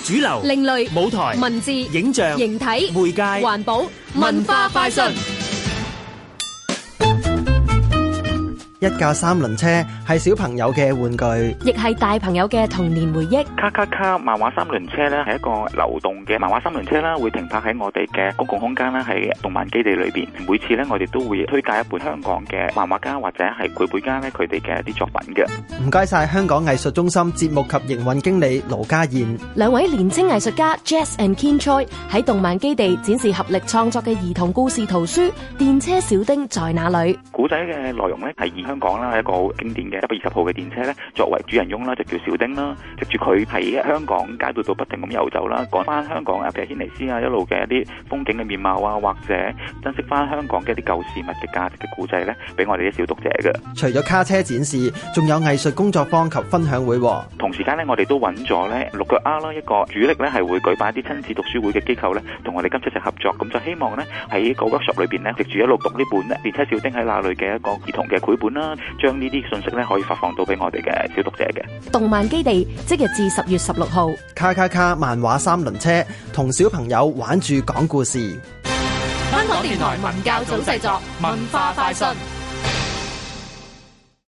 主流、 另類、 舞台、 文字、 影像、 形體、 媒介、 環保、文化快訊。 一架三輪車係小朋友嘅玩具， 亦係大朋友嘅童年回憶。 卡卡卡漫畫三輪車咧係一個流動嘅漫畫三輪車啦，會停泊喺我哋嘅公共空間啦，喺動漫基地裏邊。每次咧我哋都會推介一本香港嘅漫畫家或者係繪本家咧佢哋嘅一啲作品嘅。 唔該晒香港藝術中心節目及營運經理盧家燕。 兩位年青藝術家 Jess and Ken Choi 喺動漫基地展示合力創作嘅兒童故事圖書《電車小丁在哪裏》。 古仔嘅內容咧係以香港啦一個好經典嘅120號嘅電車咧作為主人翁啦，就叫小丁啦。藉住佢喺香港街道度不停咁遊走啦，講翻香港嘅軒尼詩啊一路嘅一啲風景嘅面貌啊，或者珍惜翻香港嘅一啲舊事物嘅價值嘅古仔咧，俾我哋啲小讀者嘅。 除咗卡車展示，仲有藝術工作坊及分享會。 同時間咧，我哋都揾咗咧六腳丫啦一個主力咧係會舉辦一啲親子讀書會嘅機構咧，同我哋今次一齊合作，咁就希望咧喺個 workshop 裏邊咧，藉住一路讀呢本《電車小丁喺哪裏》嘅一個兒童嘅繪本啦，將呢啲信息咧可以發放到俾我哋嘅小讀者嘅。 動漫基地即日至10月16號， 卡卡卡漫畫三輪車，同小朋友玩住講故事。 香港電台文教組製作，文化快訊。